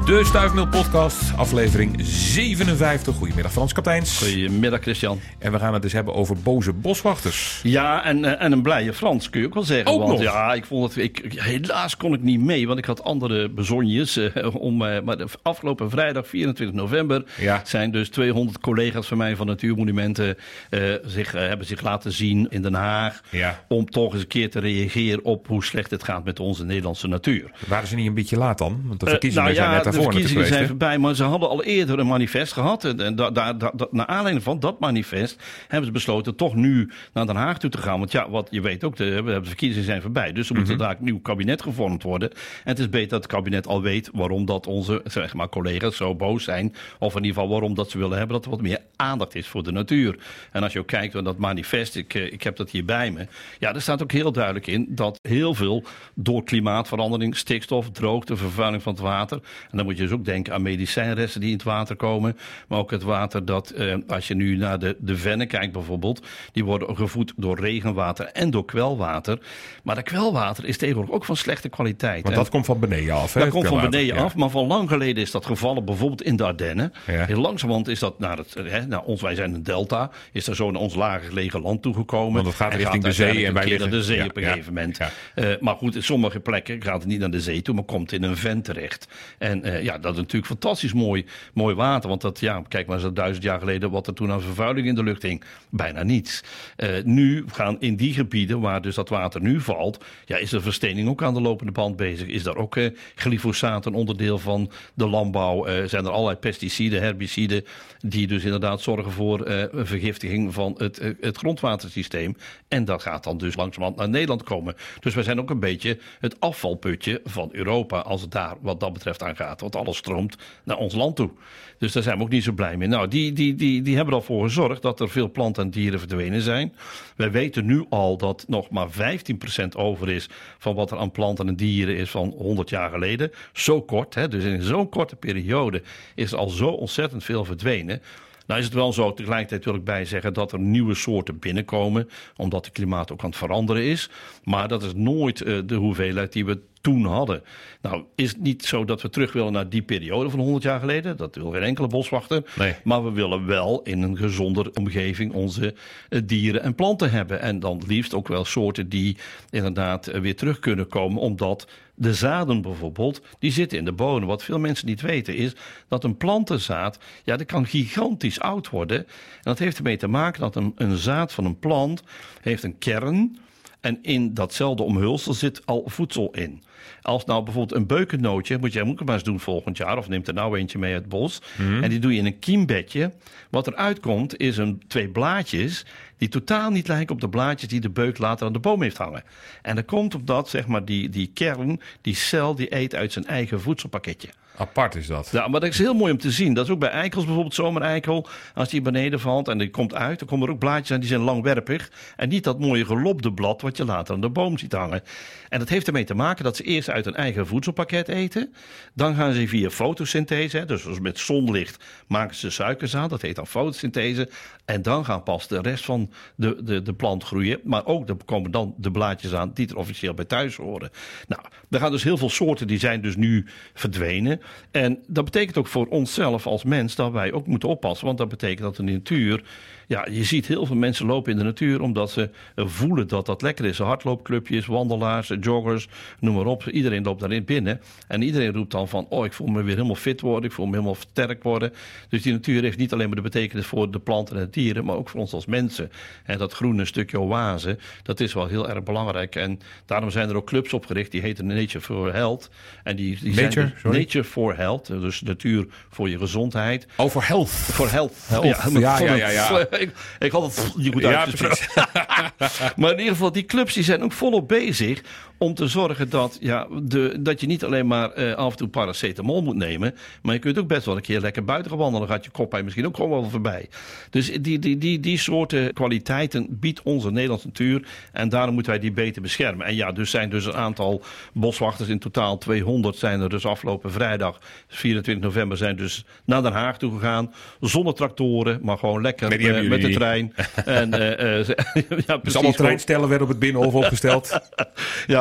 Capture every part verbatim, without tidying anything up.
De Stuifmeel podcast, aflevering zevenenvijftig. Goedemiddag Frans Kapteins. Goedemiddag Christian. En we gaan het dus hebben over boze boswachters. Ja, en, en een blije Frans kun je ook wel zeggen. Ook want nog? ja, ik vond het. Ik, helaas kon ik niet mee, want ik had andere bezonjes. Uh, om, uh, maar de afgelopen vrijdag, vierentwintig november, Ja. zijn dus tweehonderd collega's van mij van Natuurmonumenten uh, zich, uh, hebben zich laten zien in Den Haag. Ja. Om toch eens een keer te reageren op hoe slecht het gaat met onze Nederlandse natuur. Waren ze niet een beetje laat dan? Want de Uh, verkiezingen nou zijn ja, net de daarvoor verkiezingen geweest. zijn hè? voorbij, maar ze hadden al eerder een manifest gehad. En da, da, da, da, naar aanleiding van dat manifest hebben ze besloten toch nu naar Den Haag toe te gaan. Want ja, wat je weet ook, de, de verkiezingen zijn voorbij. Dus er moet Mhm. daar een nieuw kabinet gevormd worden. En het is beter dat het kabinet al weet waarom dat onze zeg maar, collega's zo boos zijn. Of in ieder geval waarom dat ze willen hebben dat er wat meer aandacht is voor de natuur. En als je ook kijkt naar dat manifest, ik, ik heb dat hier bij me. Ja, er staat ook heel duidelijk in dat heel veel door klimaatverandering, stikstof, droogte, vervuiling van het water. En dan moet je dus ook denken aan medicijnresten die in het water komen. Maar ook het water dat, eh, als je nu naar de, de vennen kijkt bijvoorbeeld, die worden gevoed door regenwater en door kwelwater. Maar dat kwelwater is tegenwoordig ook van slechte kwaliteit. Want En dat komt van beneden af. Hè? dat komt van Kwelwater. beneden Ja. af, maar van lang geleden is dat gevallen, bijvoorbeeld in de Ardennen. Ja. Heel langzamerhand is dat naar het, hè, naar ons, wij zijn een delta, is er zo naar ons lage gelegen land toegekomen. Want het gaat En richting de zee uiteindelijk en wij een keer naar de liggen- zee ja, op een ja, gegeven moment. ja. Uh, maar goed, in sommige plekken gaat het niet naar de zee toe, maar komt in een ven terecht. En uh, ja, dat is natuurlijk fantastisch mooi, mooi water. Want dat, ja, kijk maar eens duizend jaar geleden wat er toen aan vervuiling in de lucht hing. Bijna niets. Uh, nu gaan in die gebieden waar dus dat water nu valt, ja, is de verstening ook aan de lopende band bezig. Is daar ook uh, glyfosaat een onderdeel van de landbouw? Uh, zijn er allerlei pesticiden, herbiciden, die dus inderdaad zorgen voor uh, een vergiftiging van het, uh, het grondwatersysteem. En dat gaat dan dus langzamerhand naar Nederland komen. Dus wij zijn ook een beetje het afvalputje van Europa als het daar wat dat betreft aan gaat. Want alles stroomt naar ons land toe. Dus daar zijn we ook niet zo blij mee. Nou, die, die, die, die hebben ervoor gezorgd dat er veel planten en dieren verdwenen zijn. Wij weten nu al dat nog maar vijftien procent over is van wat er aan planten en dieren is van honderd jaar geleden. Zo kort, hè? Dus in zo'n korte periode is er al zo ontzettend veel verdwenen. Nou is het wel zo, tegelijkertijd wil ik bij zeggen dat er nieuwe soorten binnenkomen, omdat het klimaat ook aan het veranderen is. Maar dat is nooit uh, de hoeveelheid die we toen hadden. Nou, is het niet zo dat we terug willen naar die periode van honderd jaar geleden. Dat wil geen enkele boswachter. Nee. Maar we willen wel in een gezondere omgeving onze uh, dieren en planten hebben. En dan liefst ook wel soorten die inderdaad uh, weer terug kunnen komen, omdat de zaden bijvoorbeeld, die zitten in de bodem. Wat veel mensen niet weten is dat een plantenzaad, ja, dat kan gigantisch oud worden. En dat heeft ermee te maken dat een, een zaad van een plant heeft een kern. En in datzelfde omhulsel zit al voedsel in. Als nou bijvoorbeeld een beukennootje, moet jij ook maar eens doen volgend jaar, of neemt er nou eentje mee uit het bos. Mm-hmm. En die doe je in een kiembedje. Wat eruit komt is een, twee blaadjes die totaal niet lijken op de blaadjes die de beuk later aan de boom heeft hangen. En dat komt omdat zeg maar, die, die kern, die cel, die eet uit zijn eigen voedselpakketje. Apart is dat. Ja, maar dat is heel mooi om te zien. Dat is ook bij eikels bijvoorbeeld, zomereikel. Als die beneden valt en die komt uit, dan komen er ook blaadjes aan die zijn langwerpig. En niet dat mooie gelobde blad wat je later aan de boom ziet hangen. En dat heeft ermee te maken dat ze eerst uit een eigen voedselpakket eten. Dan gaan ze via fotosynthese, dus met zonlicht maken ze suikerzaad. Dat heet dan fotosynthese. En dan gaan pas de rest van de, de, de plant groeien. Maar ook er komen dan de blaadjes aan die er officieel bij thuis horen. Nou, er gaan dus heel veel soorten die zijn dus nu verdwenen. En dat betekent ook voor onszelf als mens dat wij ook moeten oppassen. Want dat betekent dat in de natuur, ja, je ziet heel veel mensen lopen in de natuur omdat ze voelen dat dat lekker is. Hardloopclubjes, wandelaars, joggers, noem maar op. Iedereen loopt daarin binnen. En iedereen roept dan van, oh, ik voel me weer helemaal fit worden. Ik voel me helemaal sterk worden. Dus die natuur heeft niet alleen maar de betekenis voor de planten en de dieren, maar ook voor ons als mensen. En dat groene stukje oase, dat is wel heel erg belangrijk. En daarom zijn er ook clubs opgericht, die heten Nature for Health. En die, die Nature, zijn dus sorry? Nature for Health, dus natuur voor je gezondheid. Over health. Voor health. Health. Ja, Ja, van ja, het- ja, ja. Ik, ik had het niet goed Ja, uitgesproken. Maar in ieder geval, die clubs die zijn ook volop bezig om te zorgen dat, ja, de, dat je niet alleen maar uh, af en toe paracetamol moet nemen, maar je kunt ook best wel een keer lekker buiten gaan wandelen. Dan gaat je koppijn misschien ook gewoon wel voorbij. Dus die, die, die, die soorten kwaliteiten biedt onze Nederlandse natuur en daarom moeten wij die beter beschermen. En ja, dus zijn dus een aantal boswachters, in totaal tweehonderd zijn er dus afgelopen vrijdag, vierentwintig november, zijn dus naar Den Haag toe gegaan. Zonder tractoren, maar gewoon lekker Nee, die uh, hebben met de jullie trein. En, uh, uh, ja, Dus precies, allemaal treinstellen werden op het Binnenhof opgesteld. ja,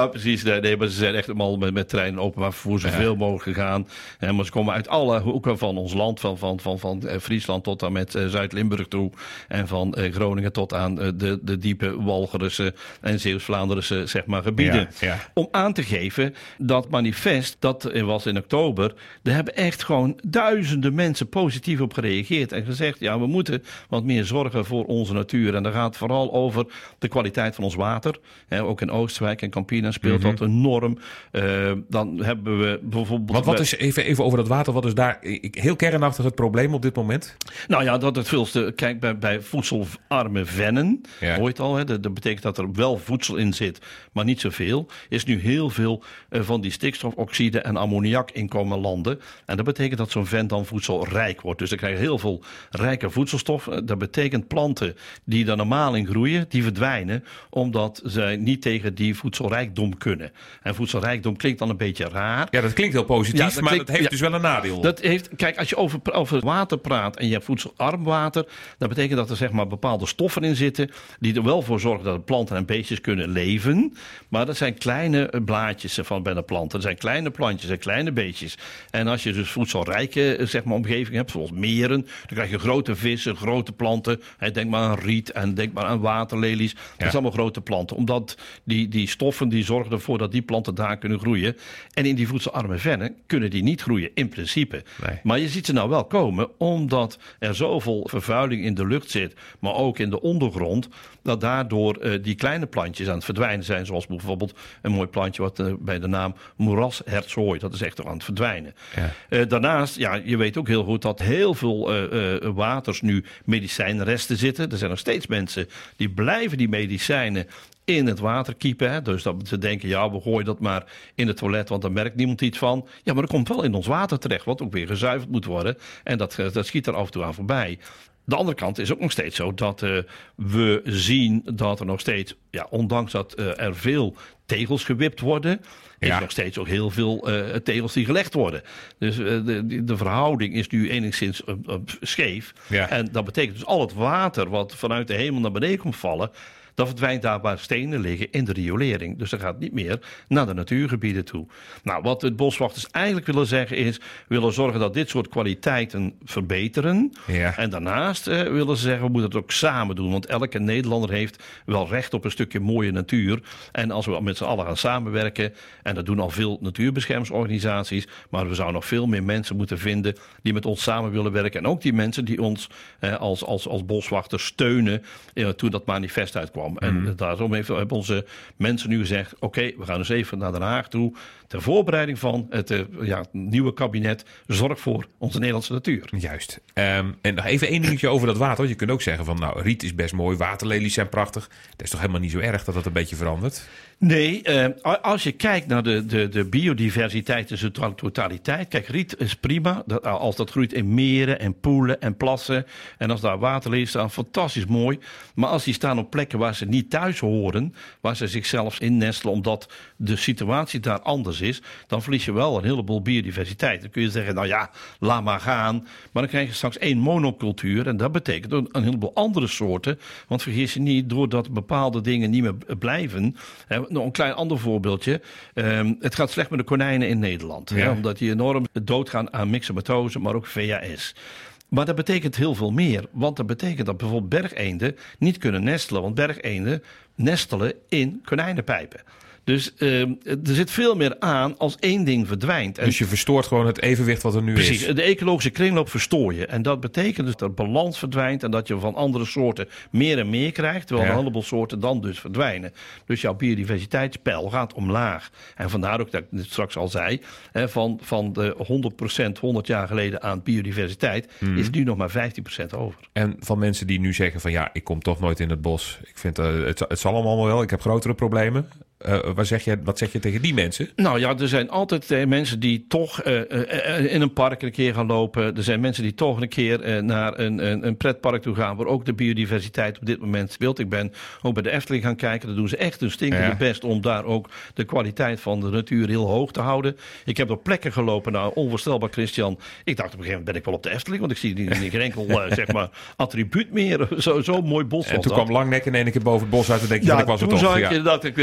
precies. Nee, nee, maar ze zijn echt allemaal met, met trein en openbaar vervoer zoveel ja. mogelijk gegaan. En, maar ze komen uit alle hoeken van ons land. Van, van, van, van uh, Friesland tot aan met uh, Zuid-Limburg toe. En van uh, Groningen tot aan uh, de, de diepe Walcherense en Zeeuws-Vlaanderense zeg maar, gebieden. Ja, ja. Om aan te geven dat manifest, dat was in oktober. Daar hebben echt gewoon duizenden mensen positief op gereageerd. En gezegd, ja, we moeten wat meer zorgen voor onze natuur. En dat gaat vooral over de kwaliteit van ons water. He, ook in Oostwijk en Campina speelt mm-hmm. dat enorm. Uh, dan hebben we bijvoorbeeld... Wat, wat is, even, even over dat water, wat is daar heel kernachtig het probleem op dit moment? Nou ja, dat het veelste... Kijk, bij, bij voedselarme vennen, ja. hoor je het al, hè, dat, dat betekent dat er wel voedsel in zit, maar niet zoveel. Is nu heel veel uh, van die stikstofoxide en ammoniak in komen landen. En dat betekent dat zo'n ven dan voedselrijk wordt. Dus dan krijg je heel veel rijke voedselstoffen. Dat betekent planten die daar normaal in groeien, die verdwijnen, omdat zij niet tegen die voedselrijkdom kunnen. En voedselrijkdom klinkt dan een beetje raar. Ja, dat klinkt heel positief, ja, dat maar klinkt, dat heeft ja, dus wel een nadeel. Dat heeft, kijk, als je over, over water praat en je hebt voedselarm water, dat betekent dat er zeg maar bepaalde stoffen in zitten die er wel voor zorgen dat de planten en beestjes kunnen leven. Maar dat zijn kleine blaadjes van bij de planten. Dat zijn kleine plantjes en kleine beestjes. En als je dus voedselrijke zeg maar, omgeving hebt, zoals meren, dan krijg je grote vissen, grote planten. Denk maar aan riet en denk maar aan waterlelies. Dat ja. zijn allemaal grote planten. Omdat die, die stoffen die zorgen ervoor dat die planten daar kunnen groeien. En in die voedselarme vennen kunnen die niet groeien, in principe. Nee. Maar je ziet ze nou wel komen, omdat er zoveel vervuiling in de lucht zit, maar ook in de ondergrond, dat daardoor uh, die kleine plantjes aan het verdwijnen zijn. Zoals bijvoorbeeld een mooi plantje wat uh, bij de naam moerashertshooi. Dat is echt aan het verdwijnen. Ja. Uh, daarnaast, ja, je weet ook heel goed dat heel veel uh, uh, waters nu medicijnresten zitten. Er zijn nog steeds mensen die blijven die medicijnen in het water kiepen. Hè? Dus dat ze denken, ja, we gooien dat maar in het toilet, want daar merkt niemand iets van. Ja, maar dat komt wel in ons water terecht, wat ook weer gezuiverd moet worden. En dat, dat schiet er af en toe aan voorbij. De andere kant is ook nog steeds zo dat uh, we zien dat er nog steeds, ja, ondanks dat uh, er veel tegels gewipt worden, is ja. nog steeds ook heel veel uh, tegels die gelegd worden. Dus uh, de, de verhouding is nu enigszins uh, uh, scheef. Ja. En dat betekent dus al het water wat vanuit de hemel naar beneden komt vallen, dan verdwijnt daar waar stenen liggen in de riolering. Dus dat gaat niet meer naar de natuurgebieden toe. Nou, wat de boswachters eigenlijk willen zeggen is, we willen zorgen dat dit soort kwaliteiten verbeteren. Ja. En daarnaast eh, willen ze zeggen, we moeten het ook samen doen. Want elke Nederlander heeft wel recht op een stukje mooie natuur. En als we met z'n allen gaan samenwerken, en dat doen al veel natuurbeschermingsorganisaties, maar we zouden nog veel meer mensen moeten vinden die met ons samen willen werken. En ook die mensen die ons eh, als, als, als boswachters steunen eh, toen dat manifest uitkwam. En mm. daarom heeft, hebben onze mensen nu gezegd, oké, okay, we gaan dus even naar Den Haag toe ter voorbereiding van het uh, ja, nieuwe kabinet. Zorg voor onze Nederlandse natuur. Juist. Um, en nog even één dingetje over dat water. Je kunt ook zeggen van, nou, riet is best mooi, waterlelies zijn prachtig. Het is toch helemaal niet zo erg dat dat een beetje verandert? Nee, uh, als je kijkt naar de, de, de biodiversiteit in zijn totaliteit. Kijk, riet is prima. Dat, als dat groeit in meren en poelen en plassen. En als daar waterlelies staan, fantastisch mooi. Maar als die staan op plekken waar ze niet thuis horen, waar ze zichzelf innestelen omdat de situatie daar anders is, dan verlies je wel een heleboel biodiversiteit. Dan kun je zeggen, nou ja, laat maar gaan. Maar dan krijg je straks één monocultuur en dat betekent een heleboel andere soorten. Want vergis je niet, doordat bepaalde dingen niet meer blijven. Hè, nog een klein ander voorbeeldje. Um, het gaat slecht met de konijnen in Nederland. Ja. Hè, omdat die enorm doodgaan aan myxomatose, maar ook V H S. Maar dat betekent heel veel meer. Want dat betekent dat bijvoorbeeld bergeenden niet kunnen nestelen. Want bergeenden nestelen in konijnenpijpen. Dus uh, er zit veel meer aan als één ding verdwijnt. En dus je verstoort gewoon het evenwicht wat er nu precies, is. Precies, de ecologische kringloop verstoor je. En dat betekent dus dat er balans verdwijnt en dat je van andere soorten meer en meer krijgt. Terwijl ja. een heleboel soorten dan dus verdwijnen. Dus jouw biodiversiteitspeil gaat omlaag. En vandaar ook dat ik straks al zei, hè, van, van de honderd procent honderd jaar geleden aan biodiversiteit hmm. is nu nog maar vijftien procent over. En van mensen die nu zeggen van ja, ik kom toch nooit in het bos. Ik vind uh, het, het zal allemaal wel, ik heb grotere problemen. Uh, wat, zeg je, wat zeg je tegen die mensen? Nou ja, er zijn altijd uh, mensen die toch uh, uh, in een park een keer gaan lopen. Er zijn mensen die toch een keer uh, naar een, een, een pretpark toe gaan, waar ook de biodiversiteit op dit moment speelt. Ik ben ook bij de Efteling gaan kijken. Daar doen ze echt hun stinkende ja. best om daar ook de kwaliteit van de natuur heel hoog te houden. Ik heb op plekken gelopen, nou onvoorstelbaar Christian. Ik dacht op een gegeven moment ben ik wel op de Efteling, want ik zie niet, niet geen enkel uh, zeg maar, attribuut meer. Zo, zo mooi bos. En toen dat. kwam Langnek in één keer boven het bos uit en denk je, ja, van, ik was er toch. Toen zag ik ja. dat ik weer op de Efteling.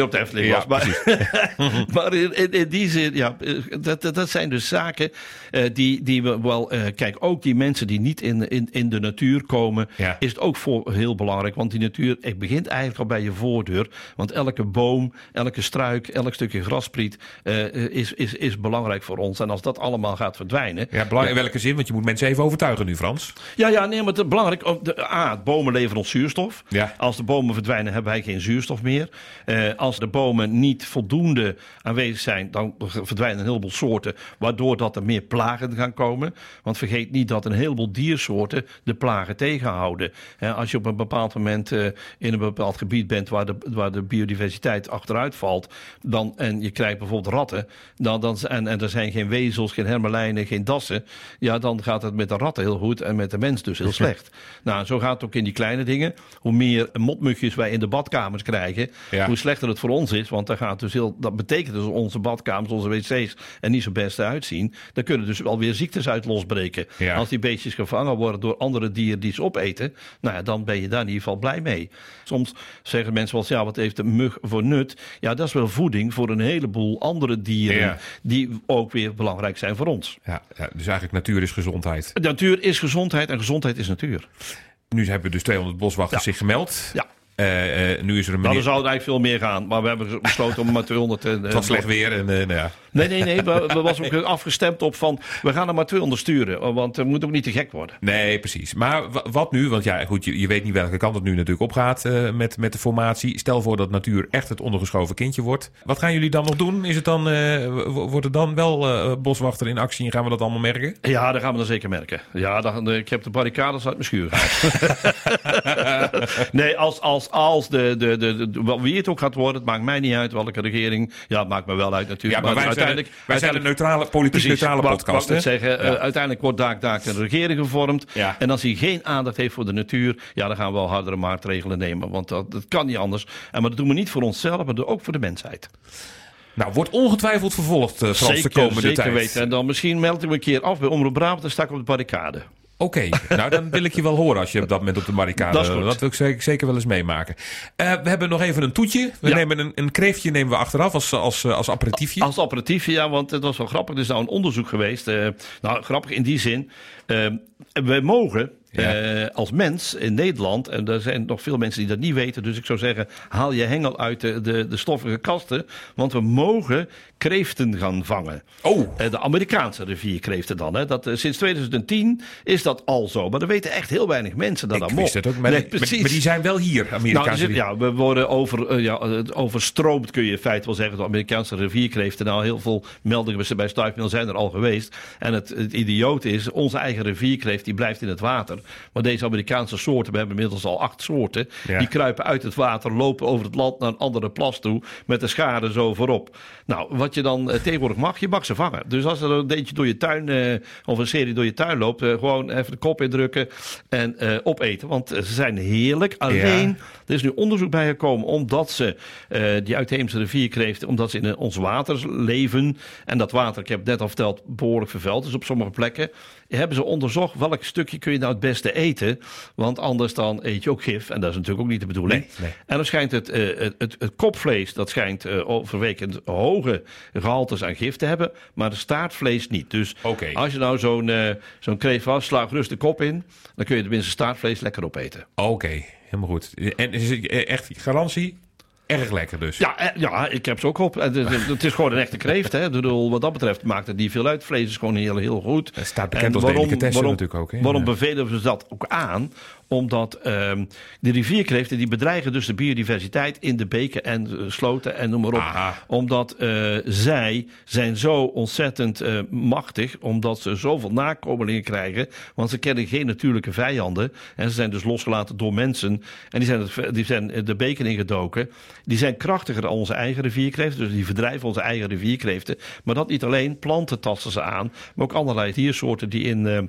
was. Ja, maar maar in, in, in die zin, ja, dat, dat, dat zijn dus zaken uh, die, die we wel... Uh, kijk, ook die mensen die niet in, in, in de natuur komen... Ja. is het ook voor heel belangrijk. Want die natuur het begint eigenlijk al bij je voordeur. Want elke boom, elke struik, elk stukje graspriet... Uh, is, is, is belangrijk voor ons. En als dat allemaal gaat verdwijnen... Ja, belangrijk, in welke zin? Want je moet mensen even overtuigen nu, Frans. Ja, ja, nee, maar het is belangrijk. De, A, bomen leveren ons zuurstof. Ja. Als de bomen verdwijnen, hebben wij geen zuurstof meer. Uh, als de bomen niet voldoende aanwezig zijn, dan verdwijnen een heleboel soorten, waardoor dat er meer plagen gaan komen. Want vergeet niet dat een heleboel diersoorten de plagen tegenhouden. Uh, als je op een bepaald moment uh, in een bepaald gebied bent waar de, waar de biodiversiteit achteruit valt, dan, en je krijgt bijvoorbeeld ratten, dan, dan, en, en er zijn geen wezels, geen hermelijnen, geen dassen, ja, dan gaat het met de ratten heel goed en met de mens dus heel slecht. Nou, zo gaat het ook in die kleine dingen. Hoe meer motmugjes wij in de badkamers krijgen, ja. hoe slechter het voor ons is. Want dan gaat dus heel, dat betekent dus onze badkamers, onze wc's er niet zo best uitzien. Dan kunnen dus wel weer ziektes uit losbreken. Ja. Als die beestjes gevangen worden door andere dieren die ze opeten, nou ja, dan ben je daar in ieder geval blij mee. Soms zeggen mensen wel eens, ja, wat heeft de mug voor nut? Ja, dat is wel voeding voor een heleboel andere dieren, ja. die ook weer belangrijk zijn voor ons. Ja, ja, dus eigenlijk natuur is gezondheid. De natuur is gezondheid en gezondheid is natuur. Nu hebben we dus tweehonderd boswachters ja. zich gemeld. Ja. Uh, uh, nu is er een meneer... Nou, er zou eigenlijk veel meer gaan, maar we hebben besloten om maar tweehonderd... Uh, het was slecht weer en... Uh, nou ja. Nee, nee, nee. We, we was ook afgestemd op van, we gaan er maar tweehonderd sturen, want het moet ook niet te gek worden. Nee, precies. Maar wat nu? Want ja, goed, je, je weet niet welke kant het nu natuurlijk opgaat uh, met, met de formatie. Stel voor dat natuur echt het ondergeschoven kindje wordt. Wat gaan jullie dan nog doen? Is het dan, uh, wordt er dan wel uh, boswachter in actie en gaan we dat allemaal merken? Ja, dat gaan we dan zeker merken. Ja, dan, ik heb de barricades uit mijn schuur gehaald. Nee, als, als, als de, de, de, de, wie het ook gaat worden, het maakt mij niet uit welke regering. Ja, het maakt me wel uit natuurlijk. Ja, maar, maar wij, zijn, wij uiteindelijk, zijn een neutrale, politiek precies, neutrale wat, podcast. Wat ik zeggen, ja. uh, uiteindelijk wordt daak daak een regering gevormd. Ja. En als hij geen aandacht heeft voor de natuur, ja, dan gaan we wel hardere maatregelen nemen. Want dat, dat kan niet anders. En maar dat doen we niet voor onszelf, maar ook voor de mensheid. Nou, wordt ongetwijfeld vervolgd, uh, Frans, zeker, de komende zeker tijd. Zeker weten. En dan misschien meld ik me een keer af bij Omroep Brabant en sta ik op de barricade. Oké, okay, nou dan wil ik je wel horen als je op dat moment op de barricade... Dat, dat wil ik zeker, zeker wel eens meemaken. Uh, we hebben nog even een toetje. We ja. nemen een, een kreeftje nemen we achteraf als, als, als aperitiefje. Als aperitiefje, ja, want het was wel grappig. Er is nou een onderzoek geweest. Uh, nou, grappig in die zin. Uh, we mogen... Ja. Uh, als mens in Nederland, en er zijn nog veel mensen die dat niet weten, dus ik zou zeggen, haal je hengel uit de, de, de stoffige kasten, want we mogen kreeften gaan vangen. Oh. Uh, de Amerikaanse rivierkreeften dan. Hè. Dat, uh, sinds tweeduizend tien is dat al zo, maar er weten echt heel weinig mensen dat ik dat wist mocht. het ook, maar, nee, maar, maar die zijn wel hier, Amerikaanse nou, ja, we worden over, uh, ja, uh, overstroomd, kun je in feite wel zeggen, de Amerikaanse rivierkreeften. Nou, heel veel meldingen bij Stuifmeel zijn er al geweest. En het, het idioot is, onze eigen rivierkreeft die blijft in het water. Maar deze Amerikaanse soorten, we hebben inmiddels al acht soorten, ja. die kruipen uit het water, lopen over het land naar een andere plas toe, met de schade zo voorop. Nou, wat je dan uh, tegenwoordig mag, je mag ze vangen. Dus als er een deentje door je tuin, uh, of een serie door je tuin loopt, uh, gewoon even de kop indrukken en uh, opeten. Want uh, ze zijn heerlijk. Alleen, ja. er is nu onderzoek bijgekomen, omdat ze, uh, die uitheemse rivierkreeften, omdat ze in ons water leven, en dat water, ik heb het net al verteld, behoorlijk vervuild is op sommige plekken, hebben ze onderzocht welk stukje kun je nou het beste eten. Want anders dan eet je ook gif. En dat is natuurlijk ook niet de bedoeling. Nee, nee. En dan schijnt het, uh, het, het, het kopvlees, dat schijnt uh, overwegend hoge gehaltes aan gif te hebben. Maar het staartvlees niet. Dus okay. als je nou zo'n, uh, zo'n kreeft was, sla gerust de kop in. Dan kun je tenminste staartvlees lekker opeten. Oké, okay, helemaal goed. En is het echt garantie? Erg lekker dus. Ja, ja, ik heb ze ook op. Het, het is gewoon een echte kreeft. Hè. Bedoel, wat dat betreft maakt het niet veel uit. Vlees is gewoon heel, heel goed. Het staat bekend als delicatesse natuurlijk ook. Hè? Waarom ja. bevelen we dat ook aan? Omdat um, de rivierkreeften die bedreigen dus de biodiversiteit in de beken en uh, sloten en noem maar op. Aha. Omdat uh, zij zijn zo ontzettend uh, machtig. Omdat ze zoveel nakomelingen krijgen. Want ze kennen geen natuurlijke vijanden. En ze zijn dus losgelaten door mensen. En die zijn, die zijn de beken ingedoken. Die zijn krachtiger dan onze eigen rivierkreeften. Dus die verdrijven onze eigen rivierkreeften. Maar dat niet alleen. Planten tasten ze aan. Maar ook allerlei diersoorten die in... Uh,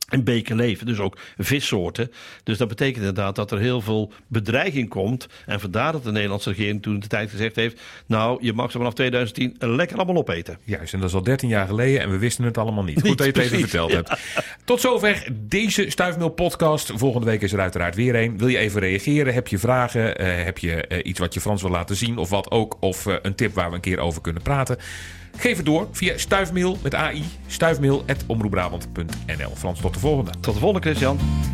in beken leven, dus ook vissoorten. Dus dat betekent inderdaad dat er heel veel bedreiging komt. En vandaar dat de Nederlandse regering toen de tijd gezegd heeft, nou, je mag ze vanaf tweeduizend tien lekker allemaal opeten. Juist, en dat is al dertien jaar geleden en we wisten het allemaal niet. Goed Niet, dat je het even precies, verteld ja. hebt. Tot zover deze Stuifmeel podcast. Volgende week is er uiteraard weer een. Wil je even reageren? Heb je vragen? Uh, heb je uh, iets wat je Frans wil laten zien of wat ook? Of uh, een tip waar we een keer over kunnen praten? Geef het door via Stuifmeel met A I. Stuifmeel at omroepbrabant punt n l. Frans, tot de volgende. Tot de volgende, Christian.